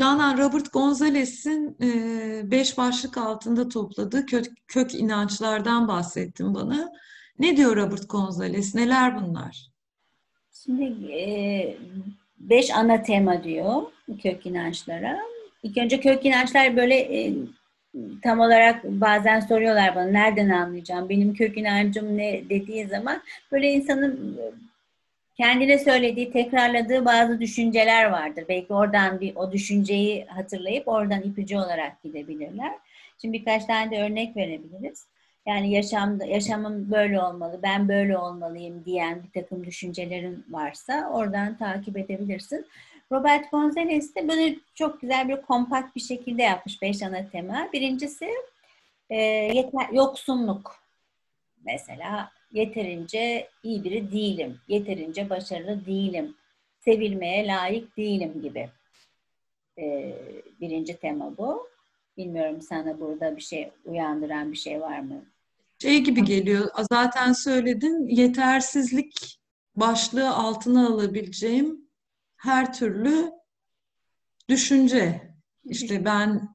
Canan, Robert Gonzalez'in beş başlık altında topladığı kök inançlardan bahsettin bana. Ne diyor Robert Gonzalez? Neler bunlar? Şimdi 5 ana tema diyor kök inançlara. İlk önce kök inançlar böyle tam olarak bazen soruyorlar bana nereden anlayacağım? Benim kök inancım ne dediği zaman böyle insanın kendine söylediği, tekrarladığı bazı düşünceler vardır. Belki oradan o düşünceyi hatırlayıp oradan ipucu olarak gidebilirler. Şimdi birkaç tane de örnek verebiliriz. Yani yaşamım böyle olmalı, ben böyle olmalıyım diyen bir takım düşüncelerin varsa oradan takip edebilirsin. Robert Gonzalez de böyle çok güzel bir kompakt bir şekilde yapmış 5 ana tema. Birincisi yoksunluk. Mesela yeterince iyi biri değilim, yeterince başarılı değilim, sevilmeye layık değilim gibi. Birinci tema bu. Bilmiyorum sana burada bir şey uyandıran bir şey var mı? Şey gibi geliyor, zaten söyledin, yetersizlik başlığı altına alabileceğim her türlü düşünce. İşte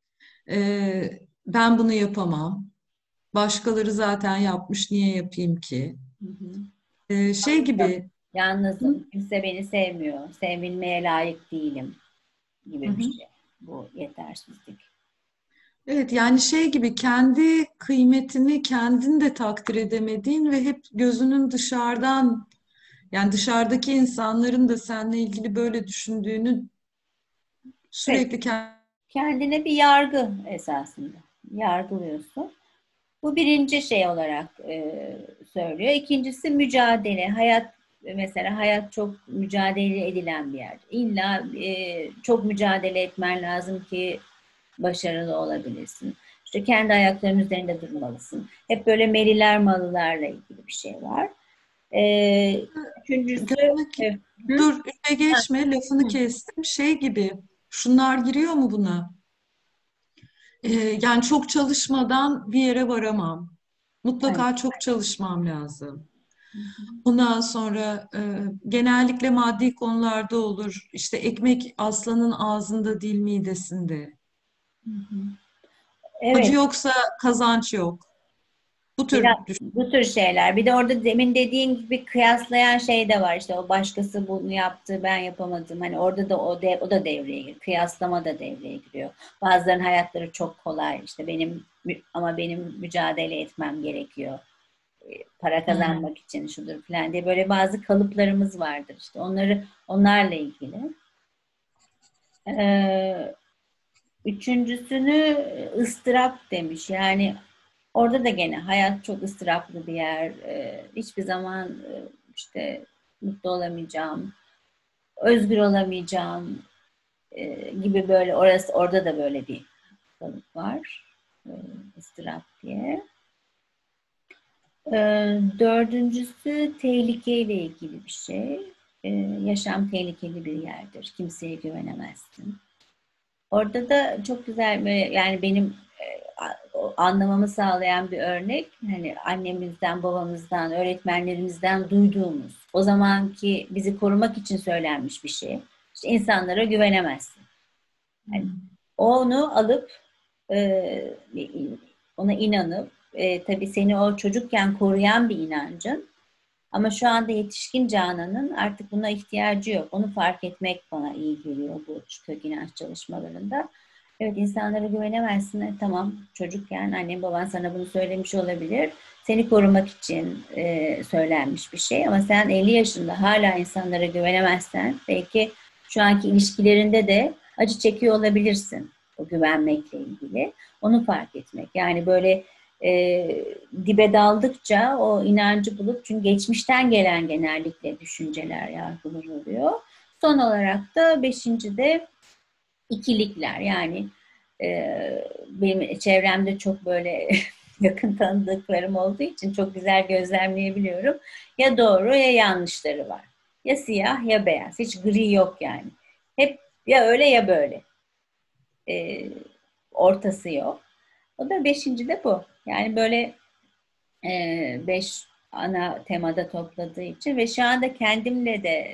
ben bunu yapamam. Başkaları zaten yapmış, niye yapayım ki? Hı hı. Şey gibi. Hı Yalnızım, kimse beni sevmiyor, sevilmeye layık değilim gibi bir hı. şey. Bu yetersizlik. Evet, yani şey gibi, kendi kıymetini kendin de takdir edemediğin ve hep gözünün dışarıdan, yani dışarıdaki insanların da seninle ilgili böyle düşündüğünü Evet, sürekli kendi. kendine bir yargı esasında. Yargılıyorsun. Bu birinci şey olarak söylüyor. İkincisi mücadele. Mesela hayat çok mücadele edilen bir yer. İlla çok mücadele etmen lazım ki başarılı olabilirsin. İşte kendi ayaklarının üzerinde durmalısın. Hep böyle meriler malılarla ilgili bir şey var. E, Üçüncüsü evet. Hı? Dur, üste Ha, geçme, lafını hı. kestim. Şey gibi, şunlar giriyor mu buna? Yani çok çalışmadan bir yere varamam. Evet. Mutlaka çok çalışmam lazım. Ondan sonra genellikle maddi konularda olur. İşte ekmek aslanın ağzında değil midesinde. Gücü Evet. yoksa kazanç yok. Bu Biraz tür düşün. bu tür şeyler. Bir de orada demin dediğin gibi kıyaslayan şey de var. İşte o başkası bunu yaptı, ben yapamadım. Hani orada da o da devreye giriyor. Kıyaslama da devreye giriyor. Bazılarının hayatları çok kolay. İşte benim mücadele etmem gerekiyor. Para Hmm. kazanmak için şudur falan diye böyle bazı kalıplarımız vardır. İşte onlarla ilgili. Ee, Üçüncüsünü ıstırap demiş. Yani orada da gene hayat çok ıstıraplı bir yer. Hiçbir zaman işte mutlu olamayacağım, özgür olamayacağım gibi böyle orada da böyle bir kalıp var. E, ıstırap diye. Dördüncüsü tehlikeyle ilgili bir şey. Yaşam tehlikeli bir yerdir. Kimseye güvenemezsin. Orada da çok güzel yani benim anlamamı sağlayan bir örnek hani annemizden, babamızdan, öğretmenlerimizden duyduğumuz o zamanki bizi korumak için söylenmiş bir şey. İşte insanlara güvenemezsin. Yani Hmm. onu alıp e, ona inanıp tabii seni o çocukken koruyan bir inancın ama şu anda yetişkin Canan'ın artık buna ihtiyacı yok. Onu fark etmek bana iyi geliyor bu kök inanç çalışmalarında. Evet insanlara güvenemezsin. Tamam çocukken annen baban sana bunu söylemiş olabilir. Seni korumak için söylenmiş bir şey. Ama sen 50 yaşında hala insanlara güvenemezsen belki şu anki ilişkilerinde de acı çekiyor olabilirsin. O güvenmekle ilgili. Onu fark etmek. Yani böyle dibe daldıkça o inancı bulup çünkü geçmişten gelen genellikle düşünceler, yargılar oluyor. Son olarak da beşinci de ikilikler yani benim çevremde çok böyle yakın tanıdıklarım olduğu için çok güzel gözlemleyebiliyorum. Ya doğru ya yanlışları var. Ya siyah ya beyaz. Hiç gri yok yani. Hep ya öyle ya böyle. E, Ortası yok. O da beşinci de bu. Yani böyle 5 ana temada topladığı için ve şu anda kendimle de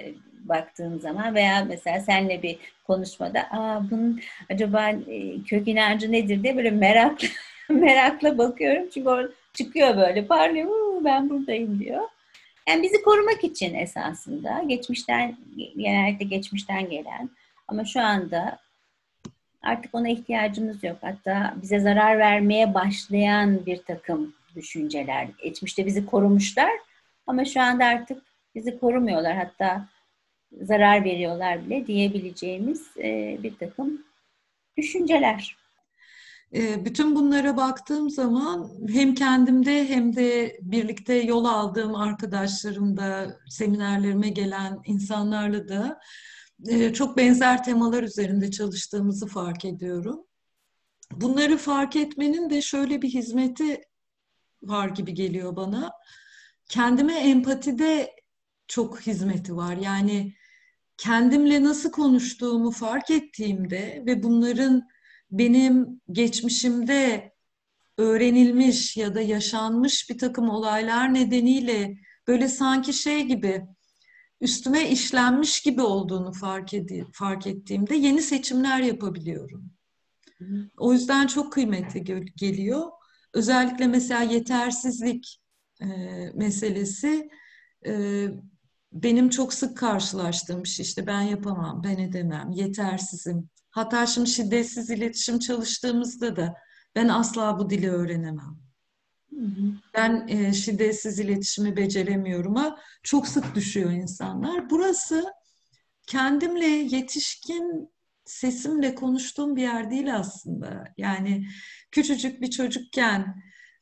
baktığın zaman veya mesela seninle bir konuşmada bunun acaba kök inancı nedir diye böyle merakla bakıyorum. Çünkü o çıkıyor böyle parlıyor. Ben buradayım diyor. Yani bizi korumak için esasında genellikle geçmişten gelen ama şu anda artık ona ihtiyacımız yok. Hatta bize zarar vermeye başlayan bir takım düşünceler. Geçmişte bizi korumuşlar ama şu anda artık bizi korumuyorlar. Hatta zarar veriyorlar bile diyebileceğimiz bir takım düşünceler. Bütün bunlara baktığım zaman hem kendimde hem de birlikte yol aldığım arkadaşlarımda, seminerlerime gelen insanlarla da çok benzer temalar üzerinde çalıştığımızı fark ediyorum. Bunları fark etmenin de şöyle bir hizmeti var gibi geliyor bana. Kendime empatide çok hizmeti var. Yani kendimle nasıl konuştuğumu fark ettiğimde ve bunların benim geçmişimde öğrenilmiş ya da yaşanmış bir takım olaylar nedeniyle böyle sanki şey gibi üstüme işlenmiş gibi olduğunu fark ettiğimde yeni seçimler yapabiliyorum. O yüzden çok kıymetli geliyor. Özellikle mesela yetersizlik e, meselesi e, benim çok sık karşılaştığım bir şey. İşte ben yapamam, ben edemem, yetersizim. Hatta şimdi şiddetsiz iletişim çalıştığımızda da ben asla bu dili öğrenemem. Hı hı. Ben şiddetsiz iletişimi beceremiyorum ama çok sık düşüyor insanlar. Burası kendimle yetişkin sesimle konuştuğum bir yer değil aslında. Yani küçücük bir çocukken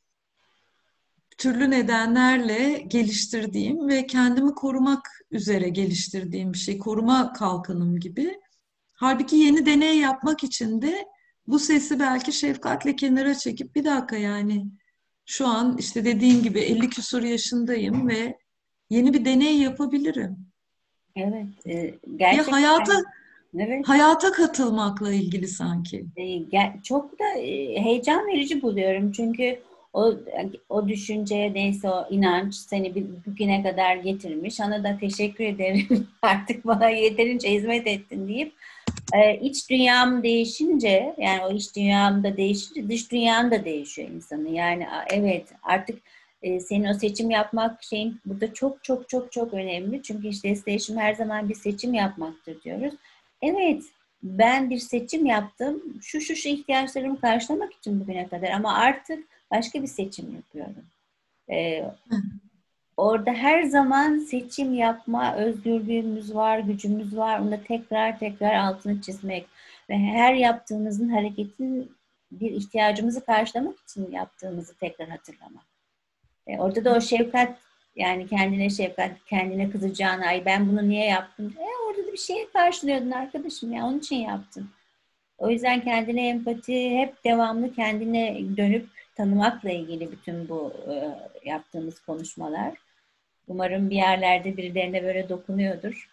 türlü nedenlerle geliştirdiğim ve kendimi korumak üzere geliştirdiğim bir şey. Koruma kalkanım gibi. Halbuki yeni deney yapmak için de bu sesi belki şefkatle kenara çekip bir dakika yani şu an işte dediğin gibi 50 küsur yaşındayım ve yeni bir deney yapabilirim. Evet, Ya hayata gerçekten. Evet. hayata katılmakla ilgili sanki. Çok da heyecan verici buluyorum çünkü o düşünce neyse o inanç seni bugüne kadar getirmiş. Sana da teşekkür ederim artık bana yeterince hizmet ettin deyip iç dünyam değişince yani o iç dünyamda değişince dış dünyam da değişiyor insanın. Yani evet artık senin o seçim yapmak şeyin burada çok çok çok çok önemli. Çünkü işte seçim her zaman bir seçim yapmaktır diyoruz. Evet, ben bir seçim yaptım. Şu ihtiyaçlarımı karşılamak için bugüne kadar ama artık başka bir seçim yapıyorum. Ee, Orada her zaman seçim yapma özgürlüğümüz var, gücümüz var. Onu da tekrar tekrar altını çizmek ve her yaptığımızın hareketin bir ihtiyacımızı karşılamak için yaptığımızı tekrar hatırlamak. Orada da o şefkat yani kendine şefkat, kendine kızacağına ay ben bunu niye yaptım? Orada da bir şeye karşılıyordun arkadaşım ya onun için yaptın. O yüzden kendine empati hep devamlı kendine dönüp tanımakla ilgili bütün bu yaptığımız konuşmalar. Umarım bir yerlerde birilerine böyle dokunuyordur.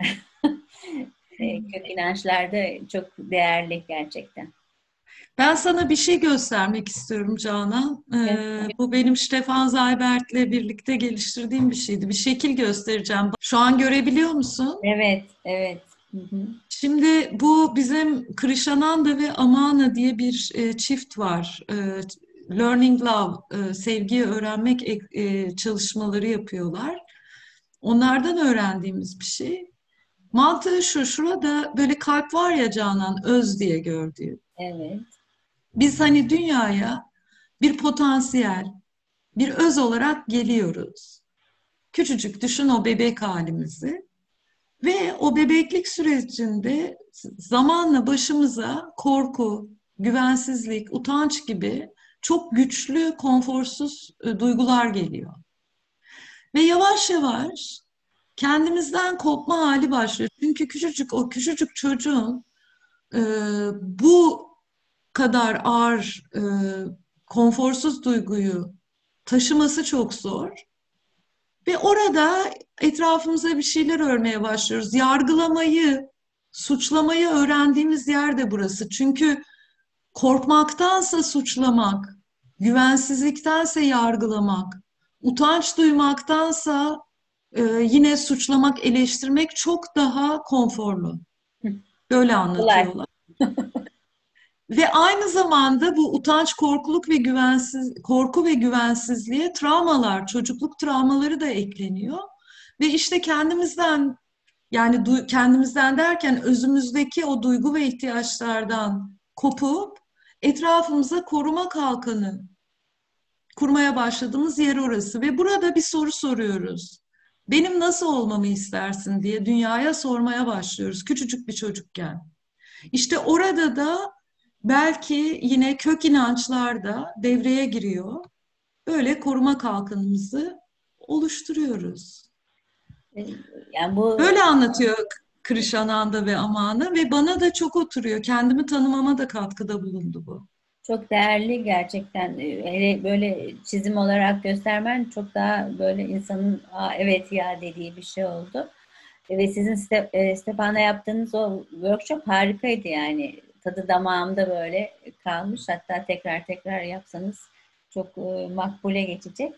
Kök inançlar da çok değerli gerçekten. Ben sana bir şey göstermek istiyorum Canan. Evet, Bu benim Stefan Zaybert'le birlikte geliştirdiğim bir şeydi. Bir şekil göstereceğim. Şu an görebiliyor musun? evet. Evet. Hı hı. Şimdi bu bizim Krishananda ve Amana diye bir çift var. Learning Love, sevgiyi öğrenmek çalışmaları yapıyorlar. Onlardan öğrendiğimiz bir şey. Mantığı şu, şurada böyle kalp var ya Canan, öz diye gördüğü. Evet. Biz hani dünyaya bir potansiyel, bir öz olarak geliyoruz. Küçücük düşün o bebek halimizi. Ve o bebeklik sürecinde zamanla başımıza korku, güvensizlik, utanç gibi çok güçlü, konforsuz duygular geliyor. Ve yavaş yavaş kendimizden kopma hali başlıyor. Çünkü o küçücük çocuğun e, bu kadar ağır, konforsuz duyguyu taşıması çok zor. Ve orada etrafımıza bir şeyler örmeye başlıyoruz. Yargılamayı, suçlamayı öğrendiğimiz yer de burası. Çünkü korkmaktansa suçlamak, güvensizliktense yargılamak, utanç duymaktansa yine suçlamak, eleştirmek çok daha konforlu. Böyle Kolay. anlatıyorlar. Ve aynı zamanda bu utanç, korku ve güvensizliğe travmalar, çocukluk travmaları da ekleniyor. Ve işte kendimizden, yani kendimizden derken özümüzdeki o duygu ve ihtiyaçlardan kopup etrafımıza koruma kalkanı kurmaya başladığımız yer orası. Ve burada bir soru soruyoruz. Benim nasıl olmamı istersin diye dünyaya sormaya başlıyoruz küçücük bir çocukken. İşte orada da belki yine kök inançlar da devreye giriyor. Böyle koruma kalkanımızı oluşturuyoruz. E, Yani bu Böyle anlatıyor Krishananda ve Amana ve bana da çok oturuyor. Kendimi tanımama da katkıda bulundu bu. çok değerli gerçekten. Hele böyle çizim olarak göstermen çok daha böyle insanın evet ya dediği bir şey oldu. Ve sizin Stefan'la yaptığınız o workshop harikaydı yani. Tadı damağımda böyle kalmış. Hatta tekrar tekrar yapsanız çok makbule geçecek.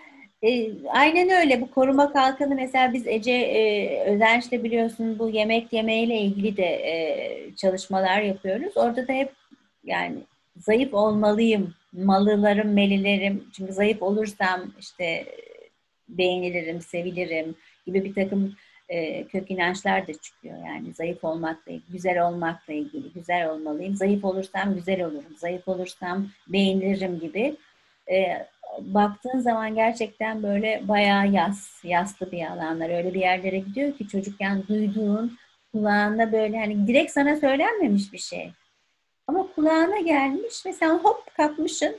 Aynen öyle. Bu koruma kalkanı mesela biz Ece Özenç'le biliyorsun bu yemek yemeyle ilgili de çalışmalar yapıyoruz. Orada da hep yani zayıf olmalıyım, malılarım, melilerim. Çünkü zayıf olursam işte beğenilirim, sevilirim gibi bir takım kök inançlar da çıkıyor. Yani zayıf olmakla ilgili, güzel olmakla ilgili, güzel olmalıyım. Zayıf olursam güzel olurum, zayıf olursam beğenilirim gibi. E, Baktığın zaman gerçekten böyle bayağı yaslı bir alanlar. Öyle bir yerlere gidiyor ki çocukken duyduğun kulağında böyle hani direkt sana söylenmemiş bir şey. Ama kulağına gelmiş ve sen hop kapmışsın.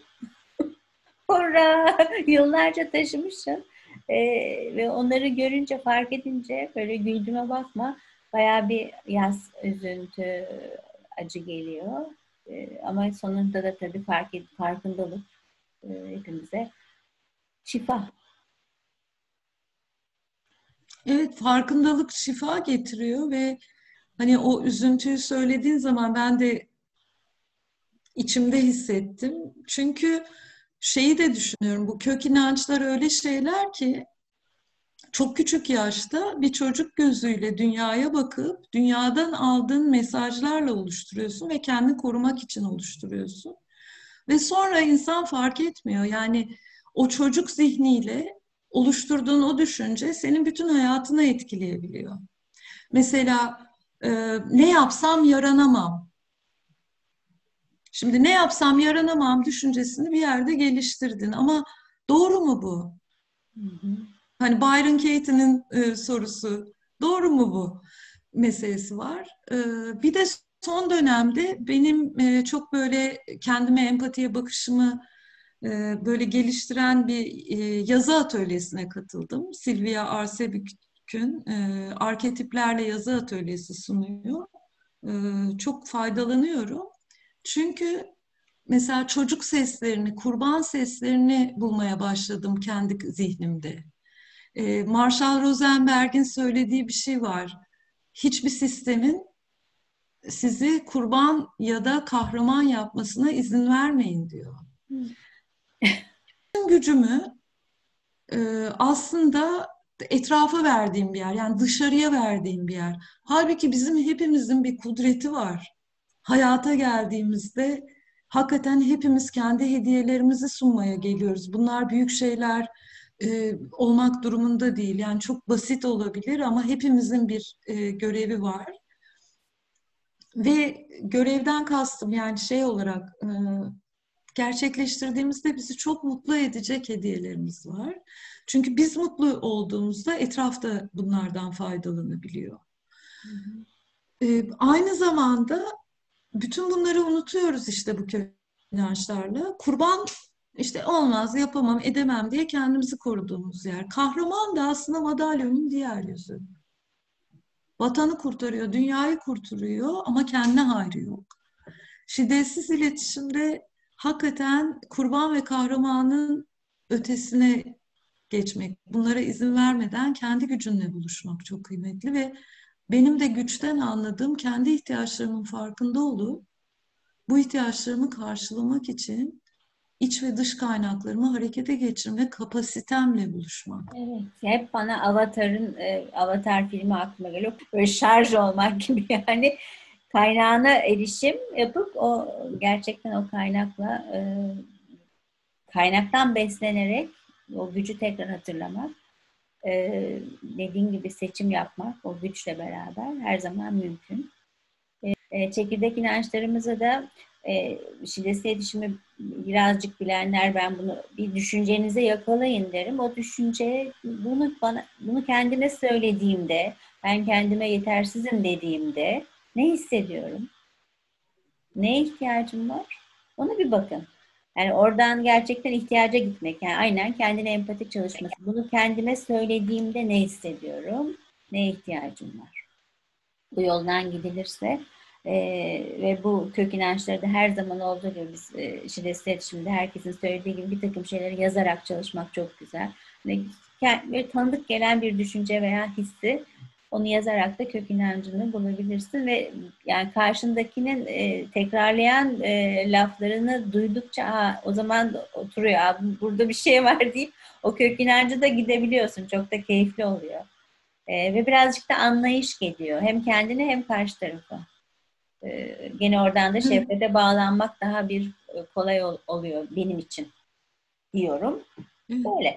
Hurra! Yıllarca taşımışsın. Ve onları görünce, fark edince böyle güldüğüme bakma. Bayağı bir yas, üzüntü, acı geliyor. Ama sonunda da tabii farkındalık hepimize şifa. Evet, farkındalık şifa getiriyor ve hani o üzüntüyü söylediğin zaman ben de içimde hissettim. Çünkü şeyi de düşünüyorum, bu kök inançlar öyle şeyler ki çok küçük yaşta bir çocuk gözüyle dünyaya bakıp dünyadan aldığın mesajlarla oluşturuyorsun ve kendini korumak için oluşturuyorsun. Ve sonra insan fark etmiyor. Yani o çocuk zihniyle oluşturduğun o düşünce senin bütün hayatını etkileyebiliyor. Mesela ne yapsam yaranamam. Şimdi ne yapsam yaranamam düşüncesini bir yerde geliştirdin ama doğru mu bu? Hı hı. Hani Byron Katie'nin sorusu doğru mu bu meselesi var. Bir de son dönemde benim çok böyle kendime empatiye bakışımı böyle geliştiren bir yazı atölyesine katıldım. Silvia Arsebük'ün arketiplerle yazı atölyesi sunuyor. Çok faydalanıyorum. Çünkü mesela çocuk seslerini, kurban seslerini bulmaya başladım kendi zihnimde. Marshall Rosenberg'in söylediği bir şey var. Hiçbir sistemin sizi kurban ya da kahraman yapmasına izin vermeyin diyor. Tüm gücümü aslında etrafa verdiğim bir yer, yani dışarıya verdiğim bir yer. Halbuki bizim hepimizin bir kudreti var. Hayata geldiğimizde hakikaten hepimiz kendi hediyelerimizi sunmaya geliyoruz. Bunlar büyük şeyler olmak durumunda değil. Yani çok basit olabilir ama hepimizin bir görevi var. Ve görevden kastım yani şey olarak gerçekleştirdiğimizde bizi çok mutlu edecek hediyelerimiz var. Çünkü biz mutlu olduğumuzda etrafta bunlardan faydalanabiliyor. Hı hı. Aynı zamanda bütün bunları unutuyoruz işte bu kök inançlarla. Kurban işte olmaz, yapamam, edemem diye kendimizi koruduğumuz yer. Kahraman da aslında madalyonun diğer yüzü. Vatanı kurtarıyor, dünyayı kurtarıyor ama kendine hayrı yok. Şiddetsiz iletişimde hakikaten kurban ve kahramanın ötesine geçmek, bunlara izin vermeden kendi gücünle buluşmak çok kıymetli ve benim de güçten anladığım kendi ihtiyaçlarımın farkında olup bu ihtiyaçlarımı karşılamak için iç ve dış kaynaklarımı harekete geçirme kapasitemle buluşmak. Evet, hep bana Avatar filmi aklıma geliyor. Böyle şarj olmak gibi yani kaynağına erişim yapıp o gerçekten o kaynaktan beslenerek o gücü tekrar hatırlamak, dediğin gibi seçim yapmak o güçle beraber her zaman mümkün. Çekirdek inançlarımıza da şiddetli iletişimi birazcık bilenler ben bunu bir düşüncenize yakalayın derim. O düşünce bunu kendime söylediğimde, ben kendime yetersizim dediğimde ne hissediyorum? Neye ihtiyacım var? Ona bir bakın. Yani oradan gerçekten ihtiyaca gitmek. Yani aynen kendine empatik çalışması. Bunu kendime söylediğimde ne hissediyorum? Neye ihtiyacım var? Bu yoldan gidilirse ve bu kök inançları da her zaman olduğu gibi biz şiddetsiz iletişimde herkesin söylediği gibi bir takım şeyleri yazarak çalışmak çok güzel. Böyle tanıdık gelen bir düşünce veya hissi onu yazarak da kök inancını bulabilirsin ve yani karşındakinin tekrarlayan laflarını duydukça o zaman oturuyor. Burada bir şey var deyip o kök inancı da gidebiliyorsun. Çok da keyifli oluyor. Ve birazcık da anlayış geliyor. Hem kendine hem karşı tarafa. Gene oradan da Evet. şefkate bağlanmak daha bir kolay oluyor benim için diyorum. Evet. Böyle.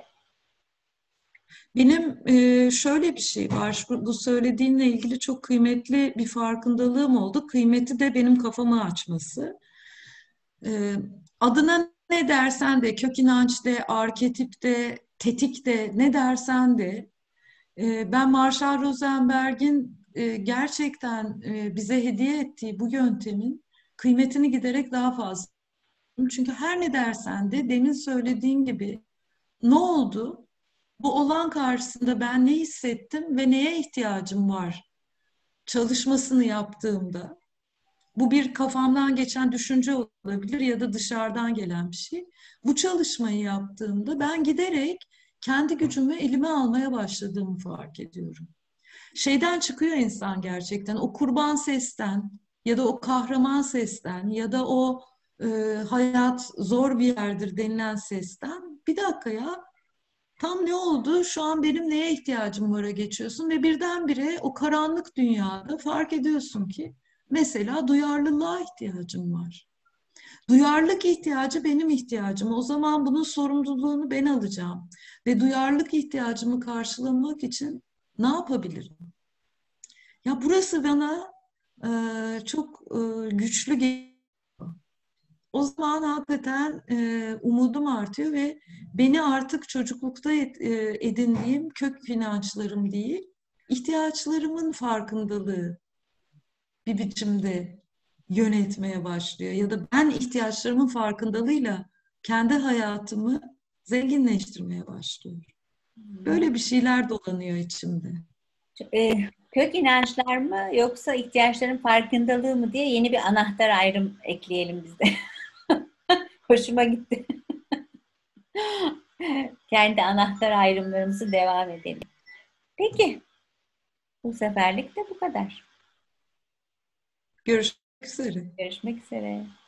Benim şöyle bir şey var. Bu söylediğinle ilgili çok kıymetli bir farkındalığım oldu. Kıymeti de benim kafamı açması. E, Adına ne dersen de, kök inanç de, arketip de, tetik de, ne dersen de, ben Marshall Rosenberg'in gerçekten bize hediye ettiği bu yöntemin kıymetini giderek daha fazla. Çünkü her ne dersen de demin söylediğin gibi ne oldu? Bu olan karşısında ben ne hissettim ve neye ihtiyacım var çalışmasını yaptığımda. Bu bir kafamdan geçen düşünce olabilir ya da dışarıdan gelen bir şey. Bu çalışmayı yaptığımda ben giderek kendi gücümü elime almaya başladığımı fark ediyorum. Şeyden çıkıyor insan gerçekten, o kurban sesten ya da o kahraman sesten ya da o e, hayat zor bir yerdir denilen sesten, bir dakika ya, tam ne oldu, şu an benim neye ihtiyacım var'a geçiyorsun ve birdenbire o karanlık dünyada fark ediyorsun ki mesela duyarlılığa ihtiyacım var. Duyarlılık ihtiyacı benim ihtiyacım. O zaman bunun sorumluluğunu ben alacağım ve duyarlılık ihtiyacımı karşılamak için ne yapabilirim? Ya burası bana çok güçlü geliyor. O zaman hakikaten umudum artıyor ve beni artık çocuklukta edindiğim kök inançlarım değil, ihtiyaçlarımın farkındalığı bir biçimde yönetmeye başlıyor. Ya da ben ihtiyaçlarımın farkındalığıyla kendi hayatımı zenginleştirmeye başlıyorum. Böyle bir şeyler dolanıyor içimde. Kök inançlar mı yoksa ihtiyaçların farkındalığı mı diye yeni bir anahtar ayrım ekleyelim biz de. Hoşuma gitti. Kendi anahtar ayrımlarımızı devam edelim. Peki, bu seferlik de bu kadar. Görüşmek üzere. Görüşmek üzere.